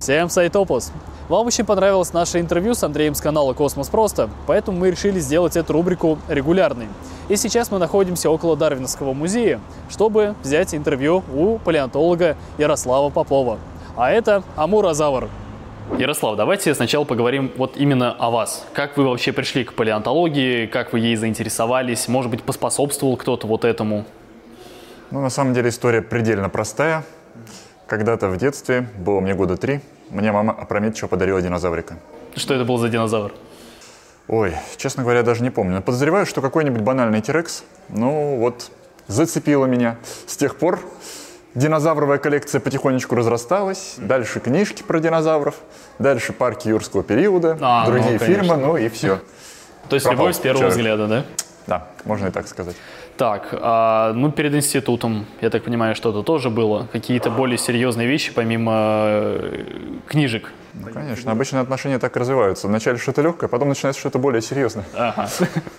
Всем Сайтопус! Вам очень понравилось наше интервью с Андреем с канала «Космос Просто», поэтому мы решили сделать эту рубрику регулярной. И сейчас мы находимся около Дарвиновского музея, чтобы взять интервью у палеонтолога Ярослава Попова. А это амурозавр. Ярослав, давайте сначала поговорим вот именно о вас. Как вы вообще пришли к палеонтологии, как вы ей заинтересовались, может быть, поспособствовал кто-то вот этому? Ну, на самом деле история предельно простая. Когда-то в детстве, было мне года 3, мне мама опрометчиво подарила динозаврика. Что это был за динозавр? Ой, честно говоря, даже не помню. Но подозреваю, что какой-нибудь банальный T-Rex, ну вот, зацепило меня. С тех пор динозавровая коллекция потихонечку разрасталась. Дальше книжки про динозавров, дальше парки юрского периода, другие фильмы, ну и все. То есть любовь с первого взгляда, да? Да, можно и так сказать. Так, ну перед институтом, я так понимаю, что-то тоже было? Какие-то более серьезные вещи, помимо книжек? Ну, конечно, обычно отношения так развиваются. Вначале что-то легкое, потом начинается что-то более серьезное. Ага.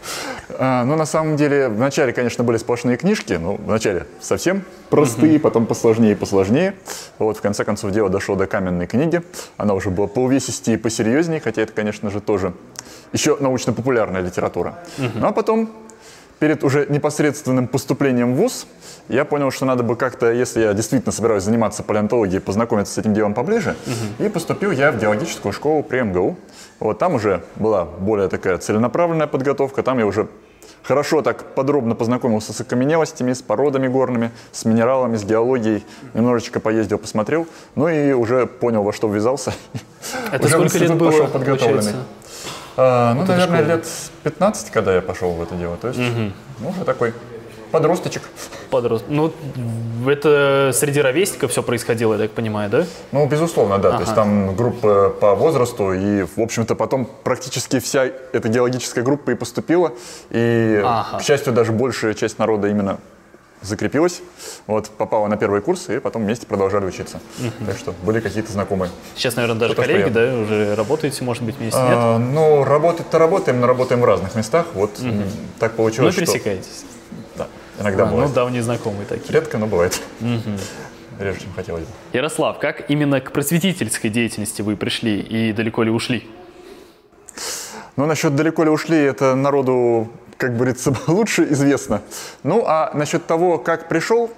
Но на самом деле, вначале, конечно, были сплошные книжки. Ну, вначале совсем простые, потом посложнее и посложнее. Вот, в конце концов, дело дошло до каменной книги. Она уже была по увесистее и посерьезнее, хотя это, конечно же, тоже еще научно-популярная литература. Ну, а потом, перед уже непосредственным поступлением в ВУЗ, я понял, что надо бы как-то, если я действительно собираюсь заниматься палеонтологией, познакомиться с этим делом поближе. И поступил я в геологическую школу при МГУ. Вот там уже была более такая целенаправленная подготовка. Там я уже хорошо так подробно познакомился с окаменелостями, с породами горными, с минералами, с геологией. Немножечко поездил, посмотрел. Ну и уже понял, во что ввязался. Это сколько лет было, получается? Ну, наверное, лет 15, когда я пошел в это дело. То есть, ну, уже такой подросточек. Ну, это среди ровесников все происходило, я так понимаю, да? Ну, безусловно, да. То есть там группа по возрасту, и, в общем-то, потом практически вся эта геологическая группа и поступила. И, к счастью, даже большая часть народа именно закрепилась, вот, попала на первый курс, и потом вместе продолжали учиться. Так что были какие-то знакомые. Сейчас, наверное, даже коллеги, да, уже работаете, может быть, вместе, нет? Ну, работать-то работаем, но работаем в разных местах. Вот так получилось, что... Ну, пересекаетесь. Да, иногда бывает. Ну, давние знакомые такие. Редко, но бывает. Реже, чем хотелось бы. Ярослав, как именно к просветительской деятельности вы пришли и далеко ли ушли? Ну, насчет далеко ли ушли, это народу, как говорится, лучше известно. Ну, а насчет того, как пришел,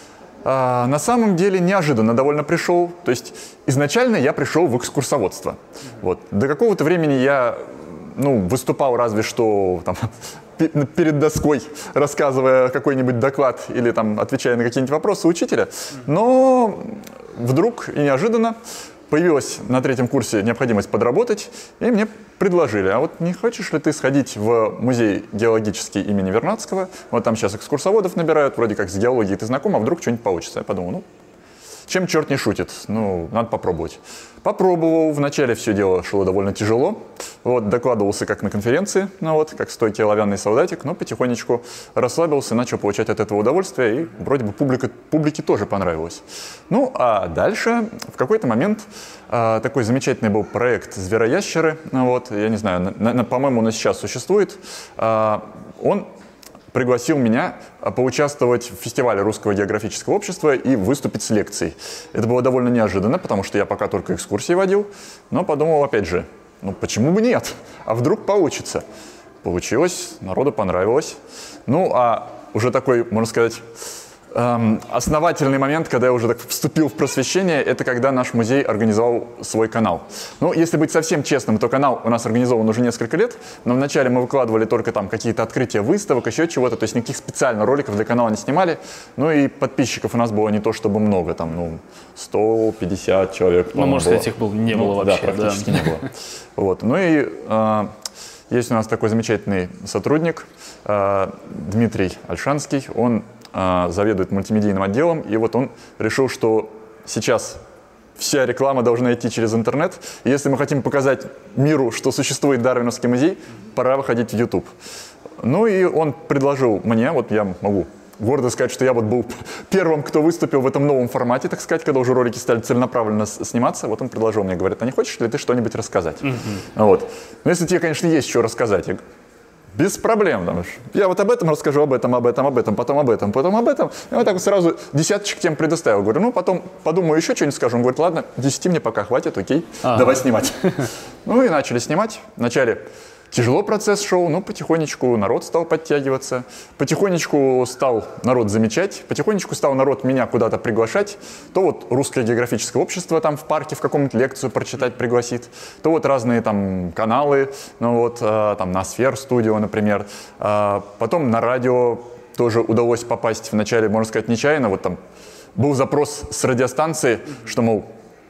на самом деле неожиданно довольно пришел. То есть изначально я пришел в экскурсоводство. Вот. До какого-то времени я выступал разве что там, перед доской, рассказывая какой-нибудь доклад или там, отвечая на какие-нибудь вопросы учителя. Но вдруг и неожиданно появилась на 3-м курсе необходимость подработать, и мне предложили, а вот не хочешь ли ты сходить в музей геологический имени Вернадского? Вот там сейчас экскурсоводов набирают, вроде как с геологией ты знаком, а вдруг что-нибудь получится. Я подумал, чем черт не шутит, надо попробовать. Попробовал, вначале все дело шло довольно тяжело, вот, докладывался как на конференции, как стойкий оловянный солдатик, но потихонечку расслабился, начал получать от этого удовольствие, и вроде бы публике тоже понравилось. Ну, а дальше в какой-то момент такой замечательный был проект «Звероящеры», я не знаю, по-моему, он и сейчас существует, он пригласил меня поучаствовать в фестивале Русского географического общества и выступить с лекцией. Это было довольно неожиданно, потому что я пока только экскурсии водил, но подумал, опять же, почему бы нет? А вдруг получится? Получилось, народу понравилось. Ну, а уже такой, можно сказать, основательный момент, когда я уже так вступил в просвещение, это когда наш музей организовал свой канал. Ну, если быть совсем честным, то канал у нас организован уже несколько лет, но вначале мы выкладывали только там какие-то открытия выставок, еще чего-то, то есть никаких специально роликов для канала не снимали, ну и подписчиков у нас было не то чтобы много, там, 150 человек. Ну, может, этих не было вообще. Да, практически не было. Вот, ну и есть у нас такой замечательный сотрудник, Дмитрий Альшанский, он заведует мультимедийным отделом, и вот он решил, что сейчас вся реклама должна идти через интернет, и если мы хотим показать миру, что существует Дарвиновский музей, пора выходить в YouTube. Ну и он предложил мне, вот я могу гордо сказать, что я вот был первым, кто выступил в этом новом формате, так сказать, когда уже ролики стали целенаправленно сниматься, вот он предложил мне, говорит, а не хочешь ли ты что-нибудь рассказать? Вот. Но если тебе, конечно, есть что рассказать, без проблем. Там, я вот об этом расскажу, потом об этом. И вот так вот сразу десяточек тем предоставил. Говорю, ну, потом подумаю, еще что-нибудь скажу. Он говорит, ладно, 10 мне пока хватит, окей, давай снимать. Ну, и начали снимать. Вначале тяжело процесс шел, но потихонечку народ стал подтягиваться, потихонечку стал народ замечать, потихонечку стал народ меня куда-то приглашать. То вот Русское географическое общество там в парке в каком-нибудь лекцию прочитать пригласит, то вот разные там каналы, ну вот там на Сфер Студио, например. Потом на радио тоже удалось попасть, вначале, можно сказать, нечаянно. Вот там был запрос с радиостанции, что, мол,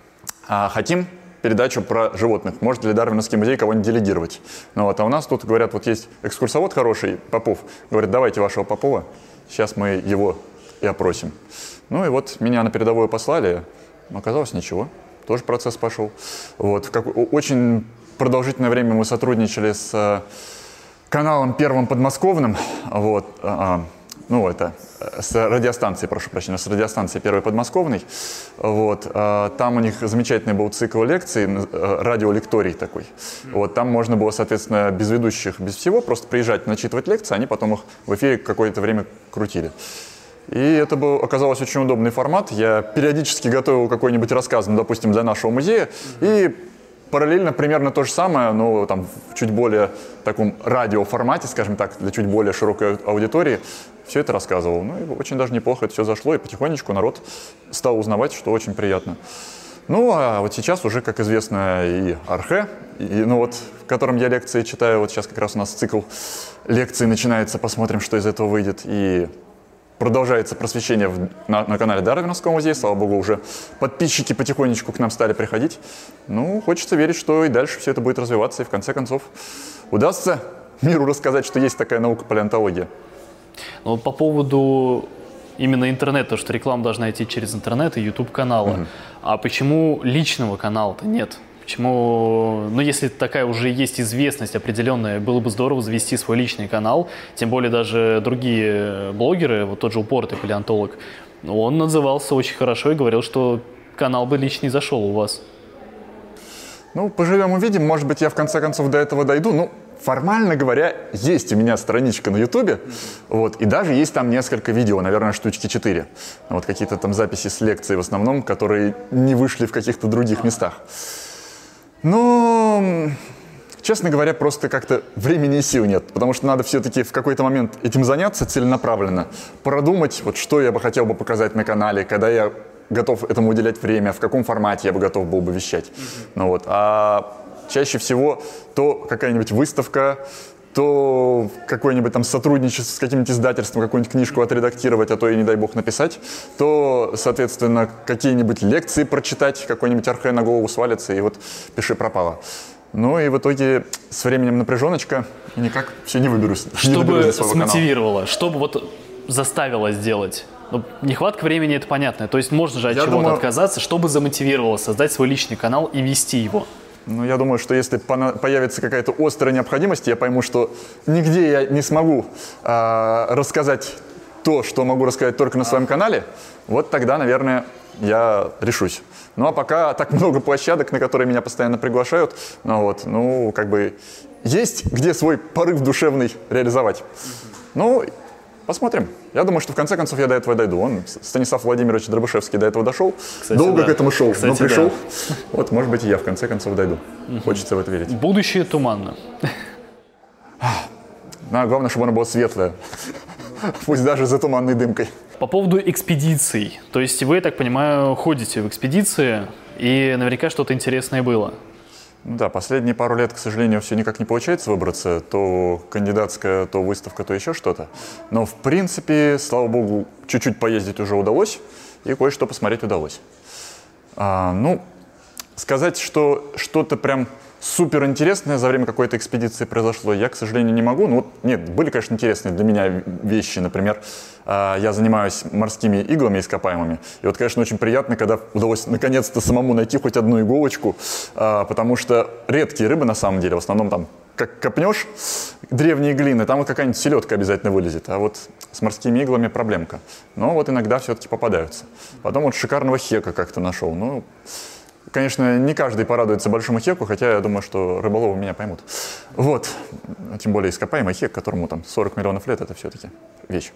хотим передачу про животных. Может ли Дарвиновский музей кого-нибудь делегировать? Ну, вот, а у нас тут, говорят, вот есть экскурсовод хороший, Попов. Говорит, давайте вашего Попова, сейчас мы его и опросим. Ну и вот меня на передовую послали, оказалось ничего, тоже процесс пошел. Вот, очень продолжительное время мы сотрудничали с каналом Первым Подмосковным, вот, ну, это с радиостанцией, прошу прощения, с радиостанцией Первой Подмосковной. Вот, там у них замечательный был цикл лекций, радиолекторий такой. Вот, там можно было, соответственно, без ведущих, без всего, просто приезжать, начитывать лекции, они потом их в эфире какое-то время крутили. И это оказалось очень удобный формат. Я периодически готовил какой-нибудь рассказ, ну, допустим, для нашего музея, и параллельно примерно то же самое, но там в чуть более таком радиоформате, скажем так, для чуть более широкой аудитории, все это рассказывал. Ну и очень даже неплохо это все зашло, и потихонечку народ стал узнавать, что очень приятно. Ну, а вот сейчас уже, как известно, и Архе, ну вот, в котором я лекции читаю, вот сейчас как раз у нас цикл лекций начинается, посмотрим, что из этого выйдет, и продолжается просвещение на канале Дарвиновского музея. Слава богу, уже подписчики потихонечку к нам стали приходить. Ну, хочется верить, что и дальше все это будет развиваться, и в конце концов удастся миру рассказать, что есть такая наука палеонтология. Но по поводу именно интернета, что реклама должна идти через интернет и YouTube-каналы. А почему личного канала-то нет? Почему, ну, если такая уже есть известность определенная, было бы здорово завести свой личный канал, тем более даже другие блогеры, вот тот же упоротый палеонтолог, он назывался очень хорошо и говорил, что канал бы личный зашел у вас. Ну, поживем увидим, может быть, я в конце концов до этого дойду. Ну, формально говоря, есть у меня страничка на Ютубе, вот, и даже есть там несколько видео, наверное, штучки 4. Вот какие-то там записи с лекций в основном, которые не вышли в каких-то других местах. Но, честно говоря, просто как-то времени и сил нет, потому что надо все-таки в какой-то момент этим заняться целенаправленно, продумать, вот что я бы хотел бы показать на канале, когда я готов этому уделять время, в каком формате я бы готов был бы вещать. Ну, вот. А чаще всего то какая-нибудь выставка, то какое-нибудь там сотрудничество с каким-нибудь издательством, какую-нибудь книжку отредактировать, а то и, не дай бог, написать, то, соответственно, какие-нибудь лекции прочитать, какой-нибудь Архе на голову свалится, и вот пиши пропало. Ну и в итоге с временем напряженочка, и никак все не выберусь. Чтобы смотивировало, чтобы вот заставило сделать? Ну, нехватка времени, это понятно. То есть можно же от чего-то отказаться, чтобы замотивировало создать свой личный канал и вести его. Ну, я думаю, что если появится какая-то острая необходимость, я пойму, что нигде я не смогу рассказать то, что могу рассказать только на своем канале, вот тогда, наверное, я решусь. Ну, а пока так много площадок, на которые меня постоянно приглашают, ну, вот, ну, как бы есть где свой порыв душевный реализовать. Ну, посмотрим. Я думаю, что в конце концов я до этого дойду. Станислав Владимирович Дробышевский до этого дошел. Кстати, долго к этому шел, но пришел. Да. Вот, может быть, и я в конце концов дойду. Хочется в это верить. Будущее туманно. Ну, главное, чтобы оно было светлое. Пусть даже за туманной дымкой. По поводу экспедиций. То есть вы, я так понимаю, ходите в экспедиции, и наверняка что-то интересное было. Да, последние пару лет, к сожалению, все никак не получается выбраться. То кандидатская, то выставка, то еще что-то. Но, в принципе, слава богу, чуть-чуть поездить уже удалось, и кое-что посмотреть удалось. Ну, сказать, что что-то прям супер интересное за время какой-то экспедиции произошло, я, к сожалению, не могу. Ну, вот, нет, были, конечно, интересные для меня вещи. Например, я занимаюсь морскими иглами ископаемыми. И вот, конечно, очень приятно, когда удалось наконец-то самому найти хоть одну иголочку, потому что редкие рыбы, на самом деле, в основном там, как копнешь древние глины, там вот какая-нибудь селедка обязательно вылезет. А вот с морскими иглами проблемка. Но вот иногда все-таки попадаются. Потом вот шикарного хека как-то нашел. Ну, конечно, не каждый порадуется большому хеку, хотя я думаю, что рыболовы меня поймут. Вот. Тем более ископаемый хек, которому там 40 миллионов лет, это все-таки вещь.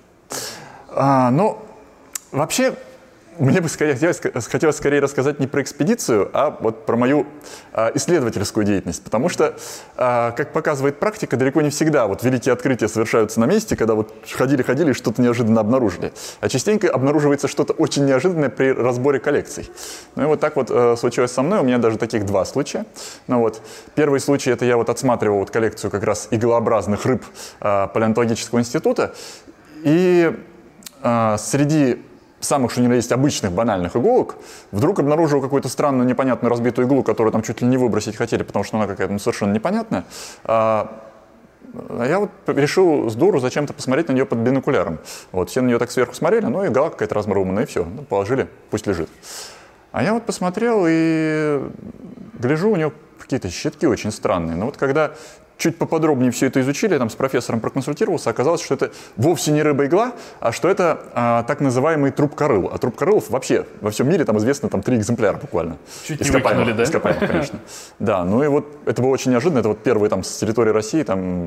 Но вообще, мне бы хотелось скорее рассказать не про экспедицию, а вот про мою исследовательскую деятельность. Потому что, как показывает практика, далеко не всегда вот великие открытия совершаются на месте, когда вот ходили-ходили и что-то неожиданно обнаружили. А частенько обнаруживается что-то очень неожиданное при разборе коллекций. Ну и вот так вот случилось со мной. У меня даже таких два случая. Ну вот, первый случай — это я вот отсматривал вот коллекцию как раз иглообразных рыб Палеонтологического института. И среди самых, что ни на есть, обычных банальных иголок, вдруг обнаружил какую-то странную непонятную разбитую иглу, которую там чуть ли не выбросить хотели, потому что она какая-то совершенно непонятная. А я вот решил с дуру зачем-то посмотреть на нее под бинокуляром. Вот, все на нее так сверху смотрели, ну, игла какая-то разморуманная, и все, ну, положили, пусть лежит. А я вот посмотрел и гляжу, у нее какие-то щитки очень странные. Но вот когда чуть поподробнее все это изучили, я там с профессором проконсультировался, оказалось, что это вовсе не рыба-игла, а что это так называемый трубкорыл. А трубкорылов вообще во всем мире там известно там 3 экземпляра буквально. Чуть не выкинули, да? Ископаемых, конечно. Да, ну и вот это было очень неожиданно. Это вот первый там с территории России там,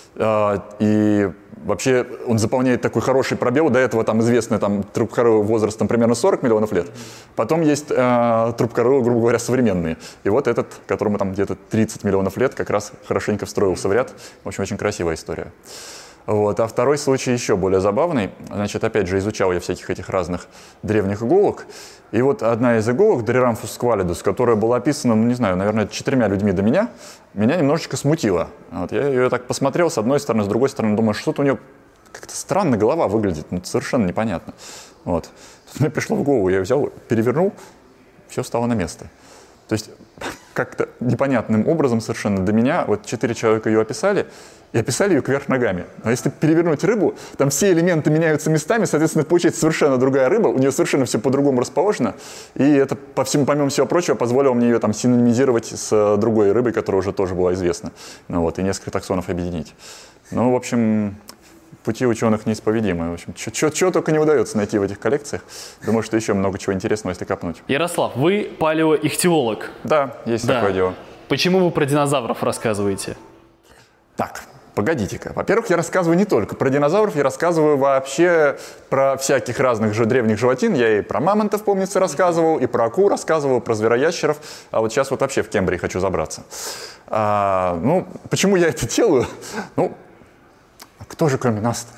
и вообще он заполняет такой хороший пробел. До этого там известный там трубкорылы возрастом примерно 40 миллионов лет. Потом есть трубкорылы, грубо говоря, современные. И вот этот, которому там где-то 30 миллионов лет, как раз хорошенько встроился в ряд. В общем, очень красивая история. Вот. А второй случай еще более забавный. Значит, опять же, изучал я всяких этих разных древних иголок. И вот одна из иголок, Dryramphus squalidus, которая была описана, ну, не знаю, наверное, 4 людьми до меня немножечко смутила. Вот. Я ее так посмотрел с одной стороны, с другой стороны, думаю, что-то у нее как-то странно голова выглядит, ну, совершенно непонятно. Вот. Мне пришло в голову, я ее взял, перевернул, все стало на место. То есть как-то непонятным образом совершенно до меня вот 4 человека ее описали, и описали ее кверх ногами. Но если перевернуть рыбу, там все элементы меняются местами, соответственно, получается совершенно другая рыба, у нее совершенно все по-другому расположено, и это, помимо всего прочего, позволило мне ее там синонимизировать с другой рыбой, которая уже тоже была известна, ну, вот, и несколько таксонов объединить. Ну, в общем, пути ученых неисповедимы. В общем, чего только не удается найти в этих коллекциях. Думаю, что еще много чего интересного, если копнуть. Ярослав, вы палеоихтиолог. Да, есть такое дело. Почему вы про динозавров рассказываете? Так, погодите-ка. Во-первых, я рассказываю не только про динозавров, я рассказываю вообще про всяких разных же древних животин. Я и про мамонтов, помнится, рассказывал, и про акул рассказывал, про звероящеров. А вот сейчас вот вообще в Кембрии хочу забраться. Ну, почему я это делаю? Ну, кто же кроме нас-то?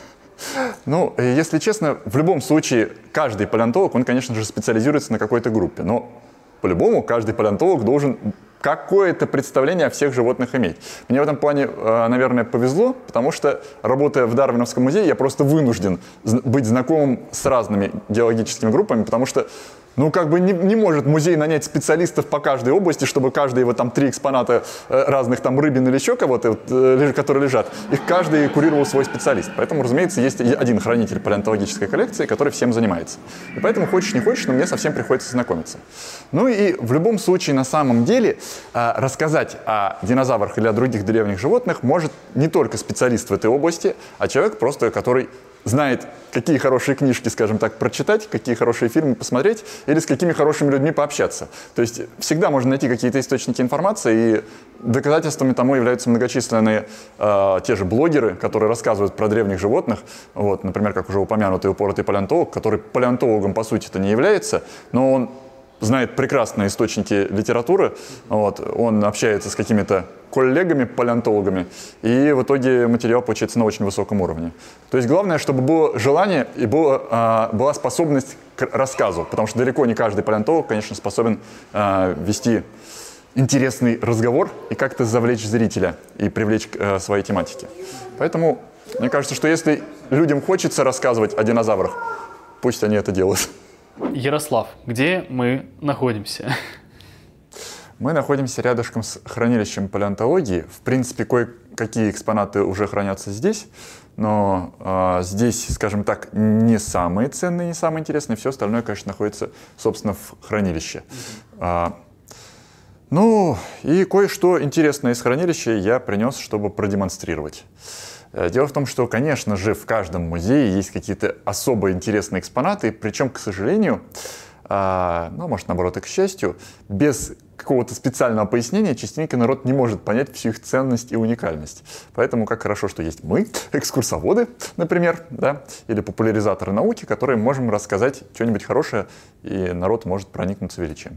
Ну, если честно, в любом случае, каждый палеонтолог, он, конечно же, специализируется на какой-то группе. Но по-любому каждый палеонтолог должен какое-то представление о всех животных иметь. Мне в этом плане, наверное, повезло, потому что, работая в Дарвиновском музее, я просто вынужден быть знакомым с разными геологическими группами, потому что, ну, как бы не может музей нанять специалистов по каждой области, чтобы каждые вот там 3 экспоната разных там рыбин или еще кого-то, которые лежат, их каждый курировал свой специалист. Поэтому, разумеется, есть один хранитель палеонтологической коллекции, который всем занимается. И поэтому, хочешь не хочешь, но мне совсем приходится знакомиться. Ну и в любом случае, на самом деле, рассказать о динозаврах или о других древних животных может не только специалист в этой области, а человек просто, который знает, какие хорошие книжки, скажем так, прочитать, какие хорошие фильмы посмотреть или с какими хорошими людьми пообщаться. То есть всегда можно найти какие-то источники информации, и доказательствами тому являются многочисленные те же блогеры, которые рассказывают про древних животных. Вот, например, как уже упомянутый упоротый палеонтолог, который палеонтологом по сути-то не является, но он знает прекрасные источники литературы, вот, он общается с какими-то коллегами-палеонтологами, и в итоге материал получается на очень высоком уровне. То есть главное, чтобы было желание и была способность к рассказу, потому что далеко не каждый палеонтолог, конечно, способен вести интересный разговор и как-то завлечь зрителя и привлечь к своей тематике. Поэтому мне кажется, что если людям хочется рассказывать о динозаврах, пусть они это делают. Ярослав, где мы находимся? Мы находимся рядышком с хранилищем палеонтологии. В принципе, кое-какие экспонаты уже хранятся здесь, но здесь, скажем так, не самые ценные, не самые интересные. Все остальное, конечно, находится, собственно, в хранилище. Ну, и кое-что интересное из хранилища я принес, чтобы продемонстрировать. Дело в том, что, конечно же, в каждом музее есть какие-то особо интересные экспонаты, причем, к сожалению, ну, может, наоборот, и к счастью, без какого-то специального пояснения частенько народ не может понять всю их ценность и уникальность. Поэтому как хорошо, что есть мы, экскурсоводы, например, да, или популяризаторы науки, которые можем рассказать что-нибудь хорошее, и народ может проникнуться величием.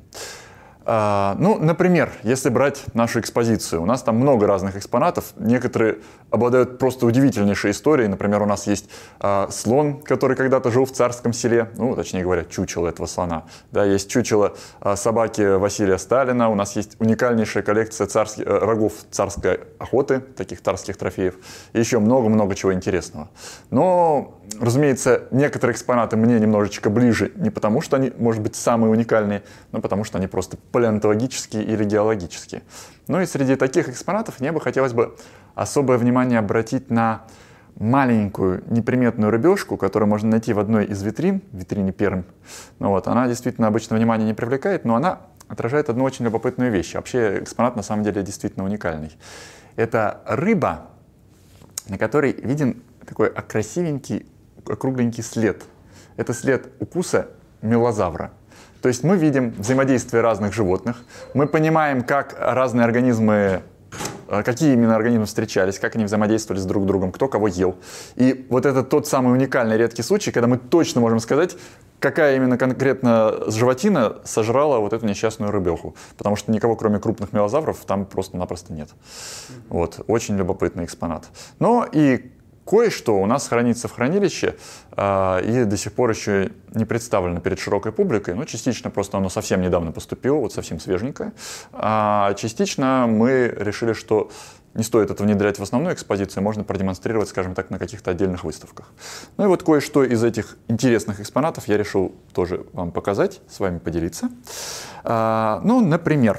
Ну, например, если брать нашу экспозицию, у нас там много разных экспонатов, некоторые обладают просто удивительнейшей историей. Например, у нас есть слон, который когда-то жил в Царском селе, ну, точнее говоря, чучело этого слона. Да, есть чучело собаки Василия Сталина, у нас есть уникальнейшая коллекция рогов царской охоты, таких царских трофеев, и еще много-много чего интересного. Но, разумеется, некоторые экспонаты мне немножечко ближе, не потому что они, может быть, самые уникальные, но потому что они просто палеонтологические или геологические. Ну и среди таких экспонатов мне бы хотелось бы особое внимание обратить на маленькую неприметную рыбешку, которую можно найти в одной из витрин, в витрине Пермь. Ну вот, она действительно обычно внимания не привлекает, но она отражает одну очень любопытную вещь. Вообще экспонат на самом деле действительно уникальный. Это рыба, на которой виден такой красивенький, округленький след. Это след укуса мелозавра. То есть мы видим взаимодействие разных животных, мы понимаем, как разные организмы, какие именно организмы встречались, как они взаимодействовали с друг другом, кто кого ел. И вот это тот самый уникальный редкий случай, когда мы точно можем сказать, какая именно конкретно животина сожрала вот эту несчастную рыбеху. Потому что никого, кроме крупных мелозавров, там просто-напросто нет. Вот, очень любопытный экспонат. Но и кое-что у нас хранится в хранилище и до сих пор еще не представлено перед широкой публикой. Ну, частично просто оно совсем недавно поступило, вот совсем свеженькое. А частично мы решили, что не стоит это внедрять в основную экспозицию, можно продемонстрировать, скажем так, на каких-то отдельных выставках. Ну и вот кое-что из этих интересных экспонатов я решил тоже вам показать, с вами поделиться. Ну, например,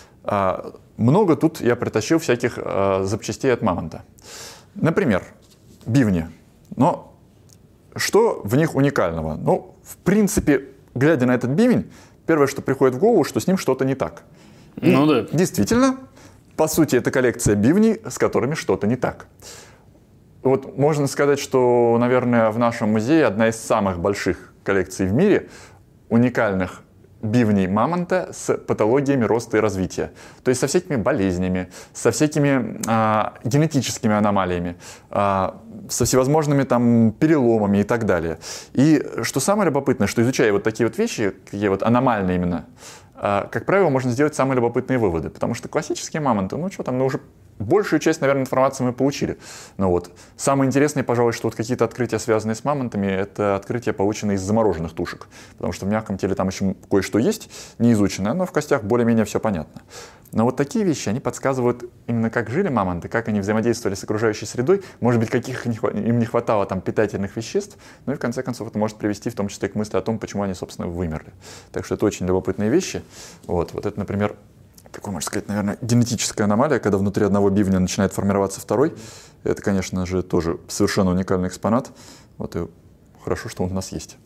много тут я притащил всяких запчастей от мамонта. Например, бивни. Но что в них уникального? Ну, в принципе, глядя на этот бивень, первое, что приходит в голову, что с ним что-то не так. И ну да. Действительно, по сути, это коллекция бивней, с которыми что-то не так. Вот можно сказать, что, наверное, в нашем музее одна из самых больших коллекций в мире уникальных бивней мамонта с патологиями роста и развития. То есть со всякими болезнями, со всякими генетическими аномалиями, со всевозможными там переломами и так далее. И что самое любопытное, что изучая вот такие вот вещи, такие вот аномальные именно, как правило, можно сделать самые любопытные выводы. Потому что классические мамонты, ну что там, ну уже большую часть, наверное, информации мы получили. Но вот самое интересное, пожалуй, что вот какие-то открытия, связанные с мамонтами, это открытия, полученные из замороженных тушек. Потому что в мягком теле там еще кое-что есть, не изученное, но в костях более-менее все понятно. Но вот такие вещи, они подсказывают именно, как жили мамонты, как они взаимодействовали с окружающей средой, может быть, каких им не хватало там питательных веществ, ну и в конце концов это может привести в том числе к мысли о том, почему они, собственно, вымерли. Так что это очень любопытные вещи. Вот это, например, такое, можно сказать, наверное, генетическая аномалия, когда внутри одного бивня начинает формироваться второй. Это, конечно же, тоже совершенно уникальный экспонат. Вот и хорошо, что он у нас есть.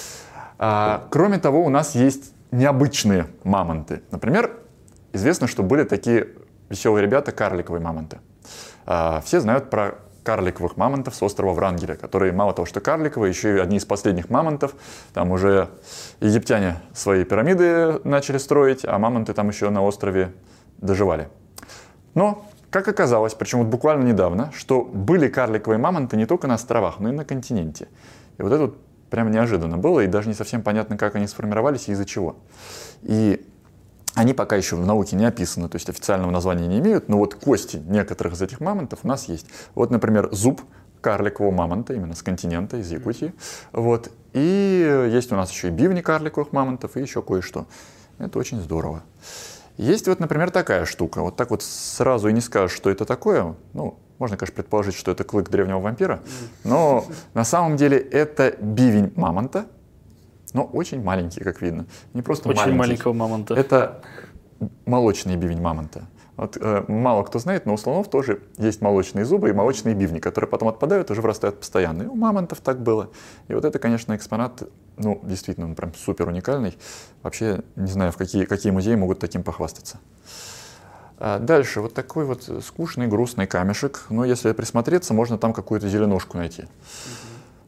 Кроме того, у нас есть необычные мамонты. Например, известно, что были такие веселые ребята, карликовые мамонты. Все знают про карликовых мамонтов с острова Врангеля, которые мало того, что карликовые, еще и одни из последних мамонтов. Там уже египтяне свои пирамиды начали строить, а мамонты там еще на острове доживали. Но, как оказалось, причем вот буквально недавно, что были карликовые мамонты не только на островах, но и на континенте. И вот это вот прям неожиданно было, и даже не совсем понятно, как они сформировались и из-за чего. И они пока еще в науке не описаны, то есть официального названия не имеют, но вот кости некоторых из этих мамонтов у нас есть. Вот, например, зуб карликового мамонта, именно с континента, из Якутии. Вот. И есть у нас еще и бивни карликовых мамонтов, и еще кое-что. Это очень здорово. Есть вот, например, такая штука. Вот так вот сразу и не скажешь, что это такое. Ну, можно, конечно, предположить, что это клык древнего вампира, но на самом деле это бивень мамонта, но очень маленький, как видно. Не просто очень маленький. Маленького мамонта. Это молочный бивень мамонта. Вот, мало кто знает, но у слонов тоже есть молочные зубы и молочные бивни, которые потом отпадают и уже вырастают постоянно. И у мамонтов так было. И вот это, конечно, экспонат, ну, действительно, он прям супер уникальный. Вообще, не знаю, в какие музеи могут таким похвастаться. Дальше, вот такой вот скучный, грустный камешек. Но если присмотреться, можно там какую-то зеленушку найти.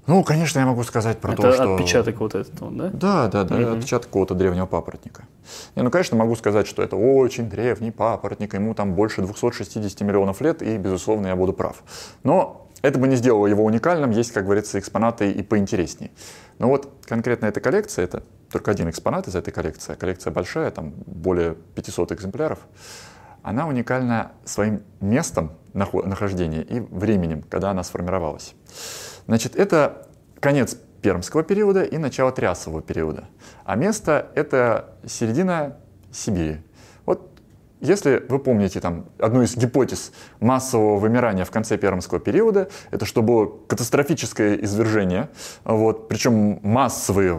Ну, конечно, я могу сказать про это то, что... Это отпечаток вот этот, да? Да, отпечаток какого-то древнего папоротника. Ну, конечно, могу сказать, что это очень древний папоротник, ему там больше 260 миллионов лет, и, безусловно, я буду прав. Но это бы не сделало его уникальным, есть, как говорится, экспонаты и поинтереснее. Но вот конкретно эта коллекция, это только один экспонат из этой коллекции, а коллекция большая, там более 500 экземпляров, она уникальна своим местом нахождения и временем, когда она сформировалась. Значит, это конец Пермского периода и начало Триасового периода. А место — это середина Сибири. Вот если вы помните там, одну из гипотез массового вымирания в конце Пермского периода, это что было катастрофическое извержение, вот, причем массовый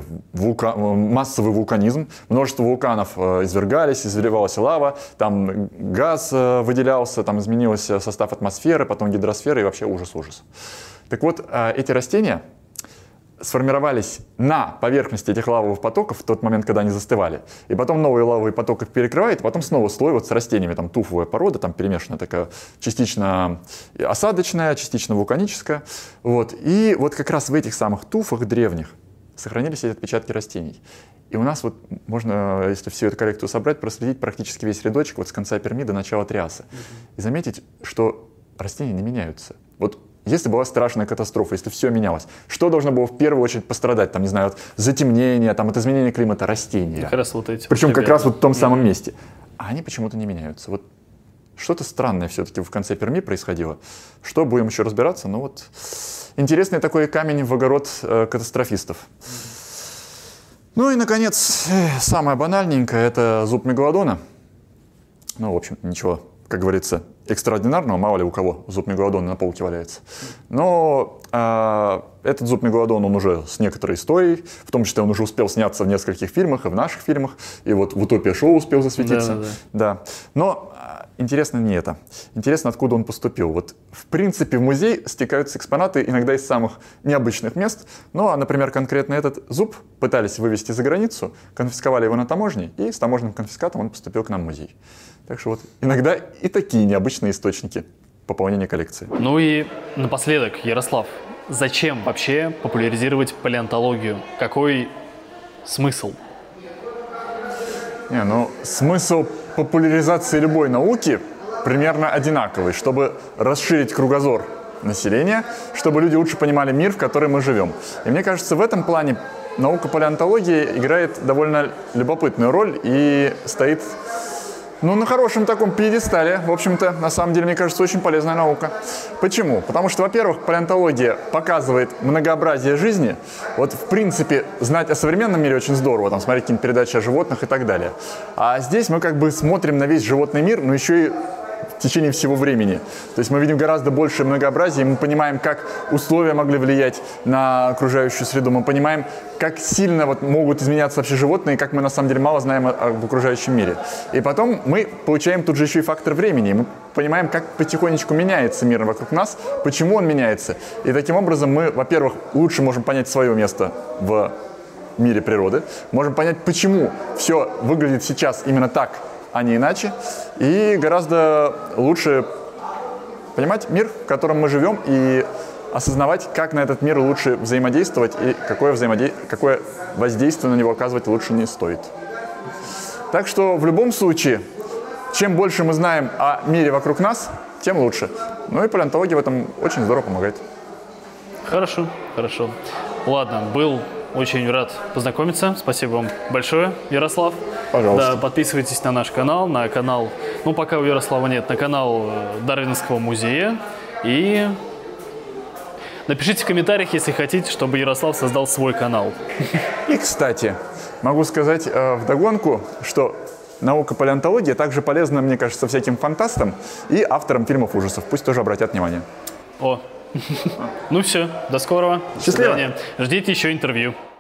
вулканизм, множество вулканов извергались, изливалась лава, там газ выделялся, там изменился состав атмосферы, потом гидросферы и вообще ужас-ужас. Так вот, эти растения сформировались на поверхности этих лавовых потоков в тот момент, когда они застывали. И потом новые лавовые потоки их перекрывает, и потом снова слой вот с растениями, там туфовая порода, там перемешанная такая, частично осадочная, частично вулканическая. Вот. И вот как раз в этих самых туфах древних сохранились эти отпечатки растений. И у нас вот можно, если всю эту коллекцию собрать, проследить практически весь рядочек вот с конца Перми до начала Триаса. И заметить, что растения не меняются. Вот если была страшная катастрофа, если все менялось, что должно было в первую очередь пострадать? Там, не знаю, от затемнения, там, от изменения климата, растения. Как раз вот эти. Причем как раз вот в том самом месте. А они почему-то не меняются. Вот что-то странное все-таки в конце Перми происходило. Что, будем еще разбираться? Ну вот, интересный такой камень в огород катастрофистов. Ну и, наконец, самое банальненькое — это зуб мегалодона. Ну, в общем, ничего, как говорится, экстраординарного, мало ли у кого зуб мегалодона на полке валяется. Но этот зуб мегалодона, он уже с некоторой историей, в том числе он уже успел сняться в нескольких фильмах, и в наших фильмах, и вот в «Утопия шоу» успел засветиться. Да. Но интересно не это. Интересно, откуда он поступил. Вот, в принципе, в музей стекаются экспонаты иногда из самых необычных мест. Ну, а, например, конкретно этот зуб пытались вывезти за границу, конфисковали его на таможне, и с таможенным конфискатом он поступил к нам в музей. Так что вот иногда и такие необычные источники пополнения коллекции. Ну и напоследок, Ярослав, зачем вообще популяризировать палеонтологию? Какой смысл? Смысл популяризации любой науки примерно одинаковый, чтобы расширить кругозор населения, чтобы люди лучше понимали мир, в котором мы живем. И мне кажется, в этом плане наука палеонтологии играет довольно любопытную роль и стоит на хорошем таком пьедестале. В общем-то, на самом деле, мне кажется, очень полезная наука. Почему? Потому что, во-первых, палеонтология показывает многообразие жизни. Вот, в принципе, знать о современном мире очень здорово, там, смотреть какие-нибудь передачи о животных и так далее. А здесь мы как бы смотрим на весь животный мир, но еще и в течение всего времени. То есть мы видим гораздо большее многообразие, и мы понимаем, как условия могли влиять на окружающую среду, мы понимаем, как сильно могут изменяться вообще животные, и как мы на самом деле мало знаем об окружающем мире. И потом мы получаем тут же еще и фактор времени, мы понимаем, как потихонечку меняется мир вокруг нас, почему он меняется. И таким образом мы, во-первых, лучше можем понять свое место в мире природы, можем понять, почему все выглядит сейчас именно так, а не иначе, и гораздо лучше понимать мир, в котором мы живем, и осознавать, как на этот мир лучше взаимодействовать, и какое воздействие на него оказывать лучше не стоит. Так что в любом случае, чем больше мы знаем о мире вокруг нас, тем лучше. Ну и палеонтология в этом очень здорово помогает. Хорошо. Ладно, был очень рад познакомиться. Спасибо вам большое, Ярослав. Пожалуйста. Да, подписывайтесь на наш канал, пока у Ярослава нет, на канал Дарвиновского музея. И напишите в комментариях, если хотите, чтобы Ярослав создал свой канал. И, кстати, могу сказать вдогонку, что наука палеонтология также полезна, мне кажется, всяким фантастам и авторам фильмов ужасов. Пусть тоже обратят внимание. Ну все, до скорого. Счастливо. До свидания. Ждите еще интервью.